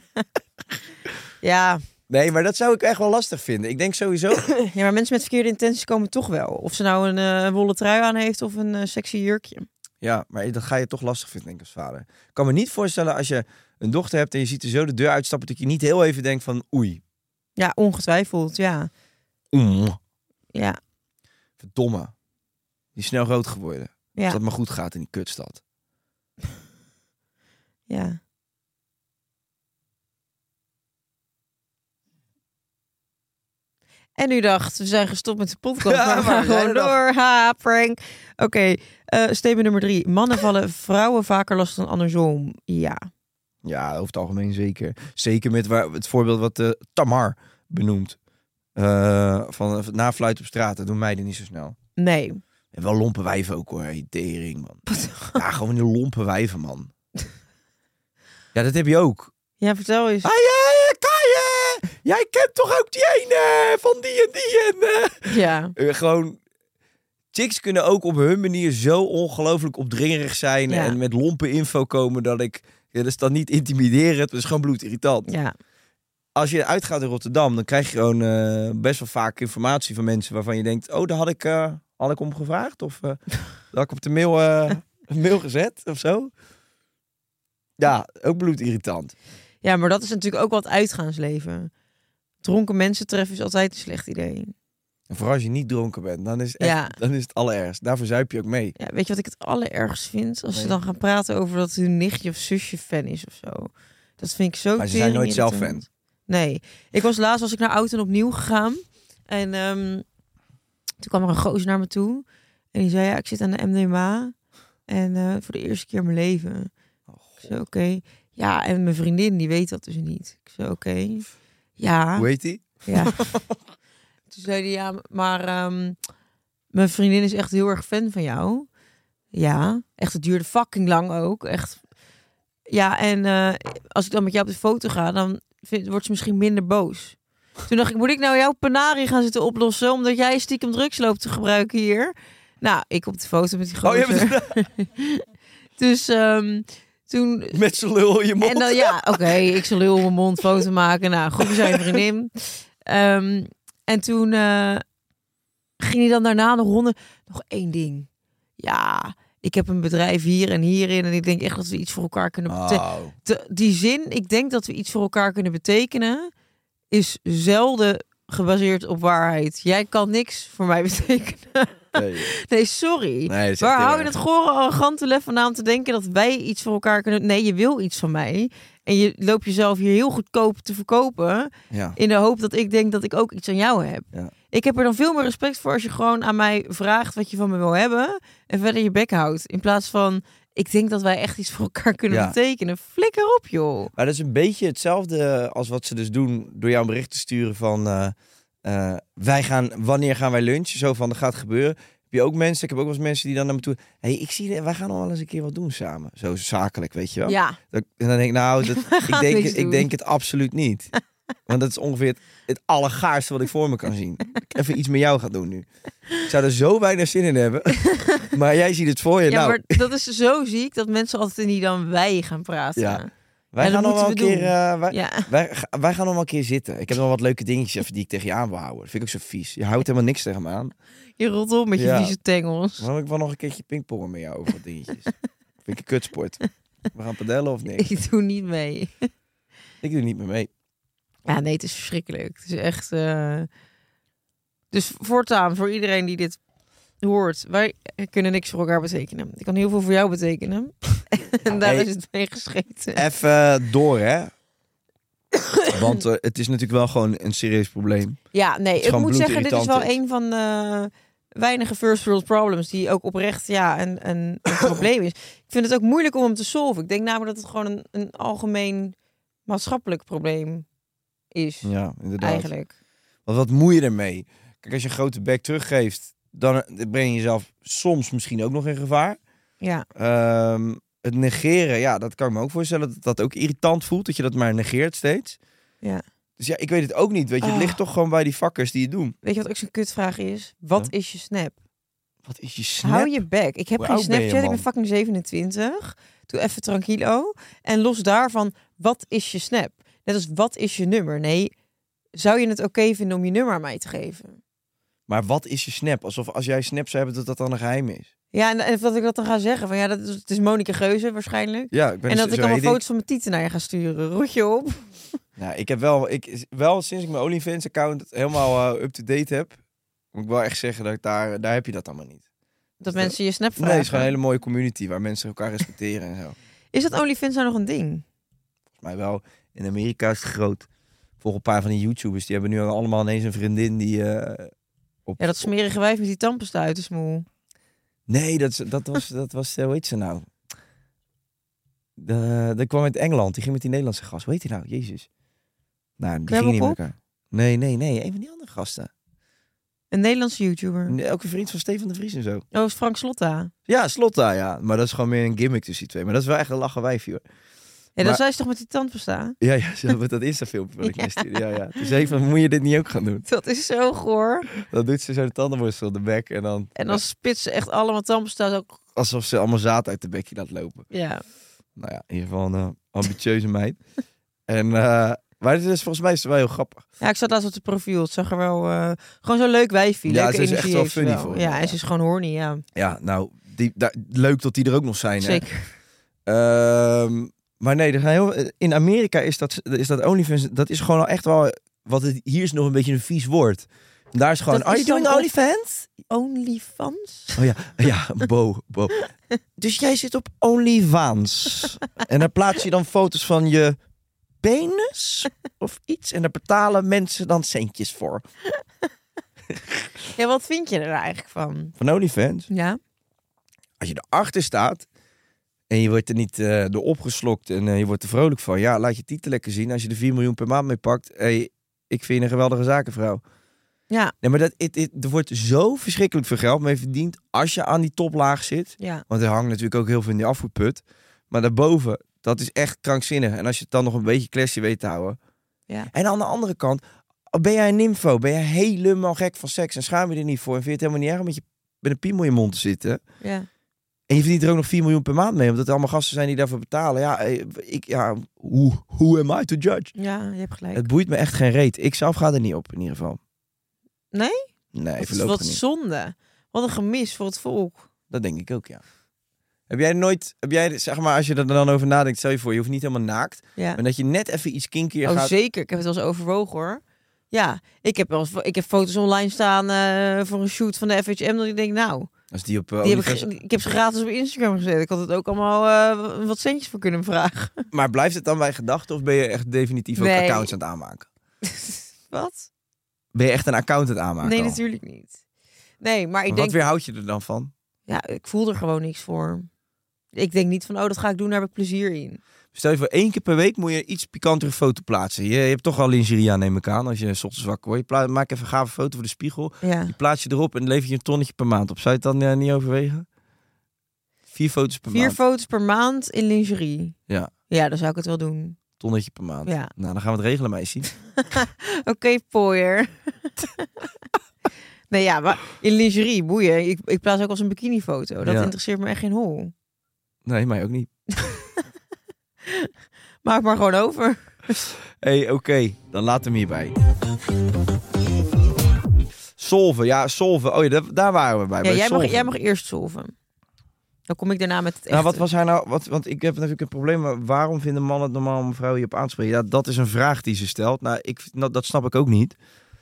Ja. Nee, maar dat zou ik echt wel lastig vinden. Ik denk sowieso... Ja, maar mensen met verkeerde intenties komen toch wel. Of ze nou een wollen trui aan heeft of een sexy jurkje. Ja, maar dat ga je toch lastig vinden, denk ik, als vader. Ik kan me niet voorstellen als je een dochter hebt en je ziet er zo de deur uitstappen... dat je niet heel even denkt van oei. Ja, ongetwijfeld, ja. Ja. Verdomme. Die is snel groot geworden. Ja. Als dat maar goed gaat in die kutstad. Ja. En u dacht, we zijn gestopt met de podcast. Ja, maar we gaan gewoon door. Ha, prank. Oké, statement nummer 3. Mannen vallen vrouwen vaker lastig dan andersom. Ja. Ja, over het algemeen zeker. Zeker met het voorbeeld wat Tamar benoemt. Van nafluiten op straat. Dat doen meiden niet zo snel. Nee. En wel lompe wijven ook hoor. Tering, man. Ja, gewoon die lompe wijven, man. Ja, dat heb je ook. Ja, vertel eens. Jij kent toch ook die ene van die en die en... Ja. Gewoon... Chicks kunnen ook op hun manier zo ongelooflijk opdringerig zijn... en met lompe info komen dat ik... Ja, dat is dan niet intimiderend, dat is gewoon bloedirritant. Ja. Als je uitgaat in Rotterdam, dan krijg je gewoon best wel vaak informatie van mensen... waarvan je denkt, oh, daar had ik om gevraagd? Of dat had ik op de mail gezet of zo? Ja, ook bloedirritant. Ja, maar dat is natuurlijk ook wat uitgaansleven. Dronken mensen treffen is altijd een slecht idee. En vooral als je niet dronken bent, dan is het, dan is het allerergst. Daarvoor zuip je ook mee. Ja, weet je wat ik het allerergst vind? Als ze dan gaan praten over dat hun nichtje of zusje fan is of zo. Dat vind ik zo... Maar ze zijn nooit zelf fan. Nee. Was ik naar Oud en Opnieuw gegaan. En toen kwam er een gozer naar me toe. En die zei, ja, ik zit aan de MDMA. En voor de eerste keer in mijn leven. Ik zei, oké. Ja, en mijn vriendin, die weet dat dus niet. Ik zei, oké. Ja. Hoe heet die? Ja. Toen zei hij, ja, maar mijn vriendin is echt heel erg fan van jou. Ja, echt, het duurde fucking lang ook. Echt. Ja, en als ik dan met jou op de foto ga, dan wordt ze misschien minder boos. Toen dacht ik, moet ik nou jouw penarie gaan zitten oplossen... omdat jij stiekem drugs loopt te gebruiken hier? Nou, ik op de foto met die gozer. Dus... toen... Met z'n lul in je mond. En dan, oké, ik zal lul in mijn mond foto maken. Nou, goed, we zijn vriendin. En toen ging hij dan daarna nog ronden. Nog 1 ding. Ja, ik heb een bedrijf hier en hierin. En ik denk echt dat we iets voor elkaar kunnen betekenen. Die zin, ik denk dat we iets voor elkaar kunnen betekenen... is zelden gebaseerd op waarheid. Jij kan niks voor mij betekenen. Nee, sorry. Nee, waar hou je het gore, arrogante lef vandaan te denken dat wij iets voor elkaar kunnen... Nee, je wil iets van mij. En je loopt jezelf hier heel goedkoop te verkopen... in de hoop dat ik denk dat ik ook iets aan jou heb. Ja. Ik heb er dan veel meer respect voor als je gewoon aan mij vraagt wat je van me wil hebben... en verder je bek houdt. In plaats van, ik denk dat wij echt iets voor elkaar kunnen betekenen. Flikker op, joh. Maar dat is een beetje hetzelfde als wat ze dus doen... door jou een bericht te sturen van... wanneer gaan wij lunchen? Zo van, dat gaat gebeuren... Heb je ook mensen, ik heb ook wel eens mensen die dan naar me toe... wij gaan nog wel eens een keer wat doen samen. Zo zakelijk, weet je wel. Ja. En dan denk ik, nou, ik denk het absoluut niet. Want dat is ongeveer het allergaarste wat ik voor me kan zien. Dat ik even iets met jou ga doen nu. Ik zou er zo weinig zin in hebben. Maar jij ziet het voor je. Ja, maar dat is zo ziek dat mensen altijd in die dan wij gaan praten. Ja. Wij gaan nog wel een keer... Ja. Wij gaan nog wel een keer zitten. Ik heb nog wat leuke dingetjes even die ik tegen je aan wil houden. Dat vind ik ook zo vies. Je houdt helemaal niks tegen me aan. Je rolt op met je vieze tengels. Maar ik wil nog een keertje pingpongen met jou over wat dingetjes. Vind ik een kutsport. We gaan padellen of niks? Ik doe niet mee. Ik doe niet meer mee. Ja, nee, het is verschrikkelijk. Het is echt... Dus voortaan, voor iedereen die dit hoort, wij kunnen niks voor elkaar betekenen. Ik kan heel veel voor jou betekenen. En daar is het mee gescheten. Even door, hè? Want het is natuurlijk wel gewoon een serieus probleem. Ja, nee, ik moet zeggen, dit is wel dit. een van de weinige first world problems die ook oprecht een probleem is. Ik vind het ook moeilijk om hem te solven. Ik denk namelijk dat het gewoon een algemeen maatschappelijk probleem is. Ja, inderdaad. Eigenlijk. Want wat moet je ermee? Kijk, als je een grote bek teruggeeft, dan breng je jezelf soms misschien ook nog in gevaar. Ja. Het negeren, ja, dat kan ik me ook voorstellen dat dat ook irritant voelt, dat je dat maar negeert steeds. Ja. Dus ja, ik weet het ook niet. Weet je, het ligt toch gewoon bij die fuckers die het doen. Weet je wat ook zo'n kutvraag is? Wat is je Snap? Wat is je Snap? Hou je bek. Ik heb Hoe geen oud ben je, Snapchat. Ik man? ben fucking 27. Doe even tranquilo. En los daarvan, wat is je Snap? Net als, wat is je nummer? Nee, zou je het oké vinden om je nummer aan mij te geven? Maar wat is je Snap? Alsof als jij Snap zou hebben, dat dan een geheim is. Ja, en dat ik dat dan ga zeggen. Van ja, het is Monica Geuze waarschijnlijk. Ja, ik ben en dat ik zo allemaal heet ik. foto's van mijn tieten naar je ga sturen. Rotje op. Nou, ik heb wel sinds ik mijn OnlyFans-account helemaal up-to-date heb, moet ik wel echt zeggen dat ik daar heb je dat allemaal niet. Dat mensen je Snap vragen. Nee, het is gewoon een hele mooie community waar mensen elkaar respecteren en zo. Is dat OnlyFans nou nog een ding? Volgens mij wel. In Amerika is het groot. Volgens een paar van die YouTubers, die hebben nu allemaal ineens een vriendin die op... Ja, dat smerige wijf met die tandpasta uit de smoel. Nee, dat was hoe heet ze nou? Dat kwam uit Engeland. Die ging met die Nederlandse gast. Hoe heet die nou? Jezus. Nou, die gingen niet met elkaar. Nee. Een van die andere gasten. Een Nederlandse YouTuber. Elke vriend van Stefan de Vries en zo. Oh, is Frank Slotta. Ja, Slotta, ja. Maar dat is gewoon meer een gimmick tussen die twee. Maar dat is wel echt een lachen wijfje, hoor. Ja, dan zei ze toch met die tandpasta? Ja, zo met dat Insta-filmpje wat ik net stuurde. Ja. Dus even, moet je dit niet ook gaan doen? Dat is zo goor. Dan doet ze zo de tandenborstel op de bek en dan... En dan spit ze echt allemaal tandpasta zo. Alsof ze allemaal zaad uit de bekje laat lopen. Ja. Nou ja, in ieder geval een ambitieuze meid. En, maar het is volgens mij is het wel heel grappig. Ja, ik zat laatst op het profiel. Het zag er wel gewoon zo'n leuk wijfje. Ja, leuke ze is energie echt wel heeft ze funny wel. voor. Ja, en ze is gewoon horny, ja. Ja, nou, leuk dat die er ook nog zijn. Zeker. Hè? Maar nee, in Amerika is dat OnlyFans, dat is gewoon al echt wel, hier is nog een beetje een vies woord. Daar is gewoon, are you doing OnlyFans? OnlyFans? Oh ja, Bo. Dus jij zit op OnlyFans. En daar plaats je dan foto's van je penis of iets. En daar betalen mensen dan centjes voor. Ja, wat vind je er eigenlijk van? Van OnlyFans? Ja. Als je erachter staat en je wordt er niet door opgeslokt en je wordt er vrolijk van. Ja, laat je titel lekker zien. Als je er 4 miljoen per maand mee pakt. Hey, ik vind je een geweldige zakenvrouw. Ja. Nee, maar er wordt zo verschrikkelijk veel geld mee verdiend als je aan die toplaag zit. Ja. Want er hangt natuurlijk ook heel veel in die afvoerput. Maar daarboven, dat is echt krankzinnig. En als je het dan nog een beetje classy weet te houden. Ja. En aan de andere kant, ben jij een nymfo? Ben jij helemaal gek van seks en schaam je er niet voor? En vind je het helemaal niet erg met een piemel in je mond te zitten? Ja. En je verdient er ook nog 4 miljoen per maand mee. Omdat er allemaal gasten zijn die daarvoor betalen. Ja, who am I to judge? Ja, je hebt gelijk. Het boeit me echt geen reet. Ik zelf ga er niet op, in ieder geval. Nee? Nee, Dat is wat zonde. Wat een gemis voor het volk. Dat denk ik ook, ja. Heb jij, zeg maar, als je er dan over nadenkt, stel je voor, je hoeft niet helemaal naakt. Ja. Maar dat je net even iets kinkier gaat. Zeker. Ik heb het wel eens overwogen, hoor. Ja, ik heb foto's online staan voor een shoot van de FHM. Dat ik denk, nou... Als die op, ik heb ze gratis op Instagram gezet. Ik had het ook allemaal wat centjes voor kunnen vragen. Maar blijft het dan bij gedachten of ben je echt definitief ook accounts aan het aanmaken? Wat? Ben je echt een account aan het aanmaken? Nee, al? natuurlijk niet. Nee, maar ik Maar denk... wat weerhoud je er dan van? Ja, ik voel er gewoon niks voor. Ik denk niet van, dat ga ik doen, daar heb ik plezier in. Stel je voor, 1 keer per week moet je een iets pikantere foto plaatsen. Je hebt toch al lingerie aan, neem ik aan, als je 's ochtends wakker wordt. Maak even een gave foto voor de spiegel. Ja. Die plaats je erop en lever je een tonnetje per maand op. Zou je het dan niet overwegen? 4 foto's per maand. 4 foto's per maand in lingerie. Ja. Ja, dan zou ik het wel doen. Tonnetje per maand. Ja. Nou, dan gaan we het regelen, meisje. Oké, pooier. Nee, ja, maar in lingerie, boeien. Ik plaats ook als een bikinifoto. Dat interesseert me echt geen hol. Nee, mij ook niet. Maak maar gewoon over. Hey, oké. Dan laat hem hierbij. Solven. Ja, solven. Oh ja, daar waren we bij. Ja, bij jij mag eerst solven. Dan kom ik daarna met het echte. Nou, wat was hij nou? Want ik heb natuurlijk een probleem. Maar waarom vinden mannen het normaal om een vrouw hierop aan te spreken? Ja, dat is een vraag die ze stelt. Nou, dat snap ik ook niet.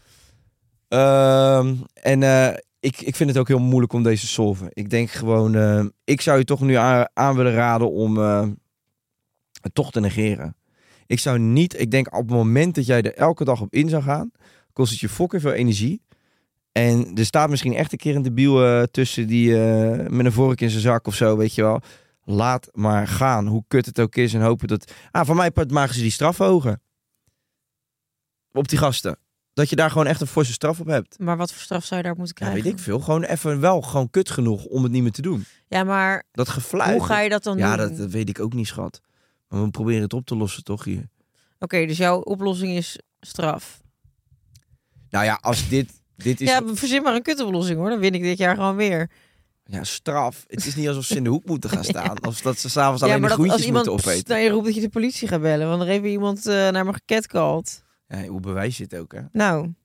Ik vind het ook heel moeilijk om deze te solven. Ik denk gewoon... ik zou je toch nu aan willen raden om het toch te negeren. Ik zou niet... Ik denk op het moment dat jij er elke dag op in zou gaan... kost het je fucking veel energie. En er staat misschien echt een keer een debiel tussen die met een vork in zijn zak of zo, weet je wel. Laat maar gaan, hoe kut het ook is en hopen dat... van mij maken ze die straf hoger. Op die gasten. Dat je daar gewoon echt een forse straf op hebt. Maar wat voor straf zou je daar moeten krijgen? Ja, weet ik veel. Gewoon even wel gewoon kut genoeg om het niet meer te doen. Ja, maar... Dat gefluit. Hoe ga je dat dan doen? Ja, dat weet ik ook niet, schat. Maar we proberen het op te lossen, toch hier. Oké, dus jouw oplossing is straf. Nou ja, als dit is... Ja, verzin maar een kutoplossing hoor. Dan win ik dit jaar gewoon weer. Ja, straf. Het is niet alsof ze in de hoek moeten gaan staan. Of dat ze s'avonds alleen de groentjes moeten opeten. Nou, je roept dat je de politie gaat bellen. Want er heeft iemand naar me gecatcalled. Ja, hoe bewijs je het ook, hè? Nou.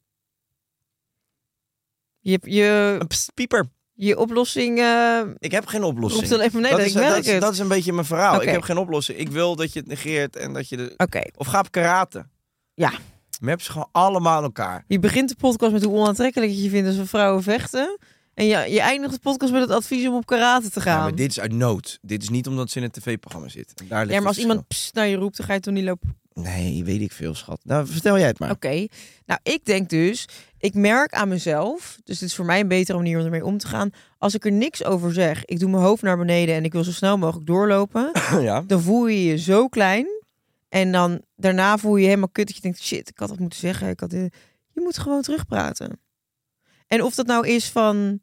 Je Pst, pieper. Je oplossing... Ik heb geen oplossing. Roep dan even nee, dat is een beetje mijn verhaal. Okay. Ik heb geen oplossing. Ik wil dat je het negeert en dat je... Oké. Of ga op karate. Ja. We hebben ze gewoon allemaal aan elkaar. Je begint de podcast met hoe onaantrekkelijk je vindt als we vrouwen vechten. En je eindigt de podcast met het advies om op karate te gaan. Ja, maar dit is uit nood. Dit is niet omdat ze in een tv-programma zit. Daar ligt maar als iemand naar je roept, dan ga je toch niet lopen... Nee, weet ik veel, schat. Nou, vertel jij het maar. Oké. Nou, ik denk dus... Ik merk aan mezelf... Dus dit is voor mij een betere manier om ermee om te gaan. Als ik er niks over zeg... Ik doe mijn hoofd naar beneden en ik wil zo snel mogelijk doorlopen... Ja. Dan voel je je zo klein... En dan daarna voel je helemaal kut dat je denkt... Shit, ik had dat moeten zeggen. Je moet gewoon terugpraten. En of dat nou is van...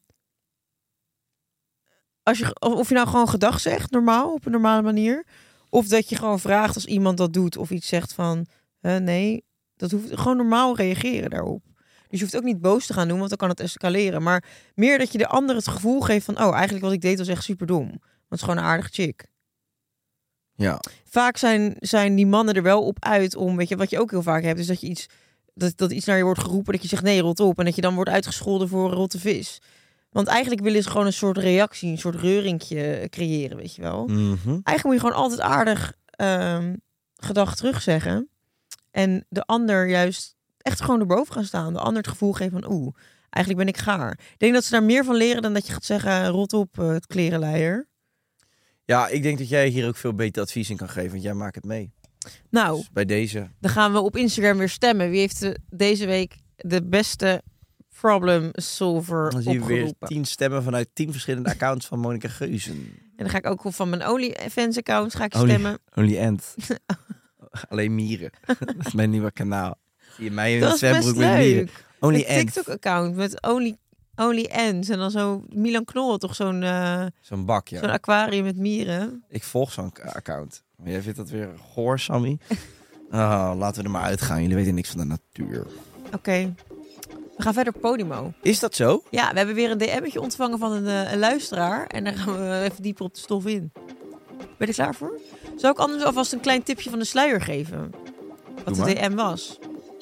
Of je nou gewoon gedag zegt, normaal, op een normale manier... Of dat je gewoon vraagt als iemand dat doet... of iets zegt van... nee, dat hoeft gewoon normaal reageren daarop. Dus je hoeft ook niet boos te gaan doen... want dan kan het escaleren. Maar meer dat je de ander het gevoel geeft van... oh, eigenlijk wat ik deed was echt super dom. Want het is gewoon een aardig chick. Ja. Vaak zijn die mannen er wel op uit om... weet je, wat je ook heel vaak hebt... is dat je iets, dat iets naar je wordt geroepen... dat je zegt nee, rot op... en dat je dan wordt uitgescholden voor een rotte vis... Want eigenlijk willen ze gewoon een soort reactie, een soort reurinkje creëren, weet je wel. Mm-hmm. Eigenlijk moet je gewoon altijd aardig gedag terugzeggen. En de ander juist echt gewoon erboven gaan staan. De ander het gevoel geven van, eigenlijk ben ik gaar. Ik denk dat ze daar meer van leren dan dat je gaat zeggen, rot op, het klerenleier. Ja, ik denk dat jij hier ook veel beter advies in kan geven, want jij maakt het mee. Nou, dus bij deze. Dan gaan we op Instagram weer stemmen. Wie heeft deze week de beste... problem solver dan zie je opgeroepen. weer 10 stemmen vanuit 10 verschillende accounts van Monica Geuzen. En dan ga ik ook van mijn OnlyFans account stemmen. OnlyEnd. Alleen mieren. Dat is mijn nieuwe kanaal. Zie je mij in dat een zwembroek met mieren. OnlyEnd. TikTok account met OnlyEnd. En dan zo Milan Knol, toch zo'n bak, ja. Zo'n aquarium met mieren. Ik volg zo'n account. Maar jij vindt dat weer goor, Sammy? Laten we er maar uitgaan. Jullie weten niks van de natuur. Oké. We gaan verder op Podimo. Is dat zo? Ja, we hebben weer een DM'tje ontvangen van een luisteraar. En daar gaan we even dieper op de stof in. Ben je er klaar voor? Zou ik anders alvast een klein tipje van de sluier geven? Wat de DM was.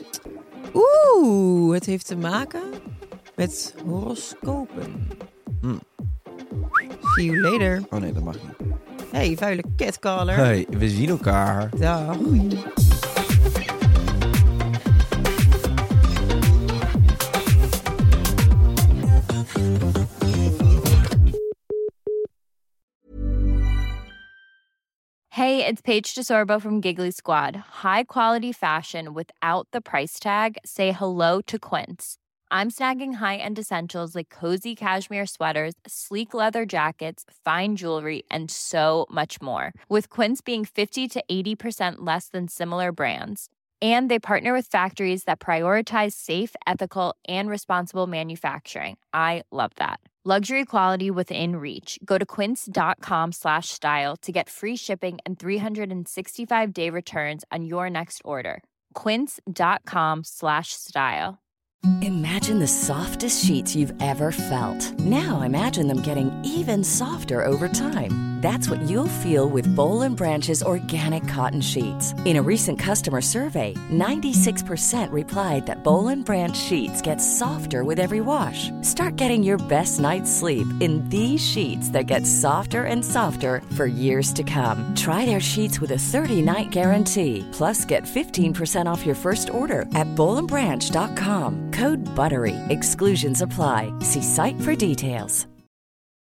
Het heeft te maken met horoscopen. See you later. Oh nee, dat mag niet. Hey, vuile catcaller. Hey, we zien elkaar. Dag. Hey, it's Paige DeSorbo from Giggly Squad. High quality fashion without the price tag. Say hello to Quince. I'm snagging high-end essentials like cozy cashmere sweaters, sleek leather jackets, fine jewelry, and so much more. With Quince being 50 to 80% less than similar brands. And they partner with factories that prioritize safe, ethical, and responsible manufacturing. I love that. Luxury quality within reach. Go to quince.com/style to get free shipping and 365-day returns on your next order. Quince.com/style. Imagine the softest sheets you've ever felt. Now imagine them getting even softer over time. That's what you'll feel with Boll & Branch's organic cotton sheets. In a recent customer survey, 96% replied that Boll & Branch sheets get softer with every wash. Start getting your best night's sleep in these sheets that get softer and softer for years to come. Try their sheets with a 30-night guarantee. Plus, get 15% off your first order at bollandbranch.com. Code BUTTERY. Exclusions apply. See site for details.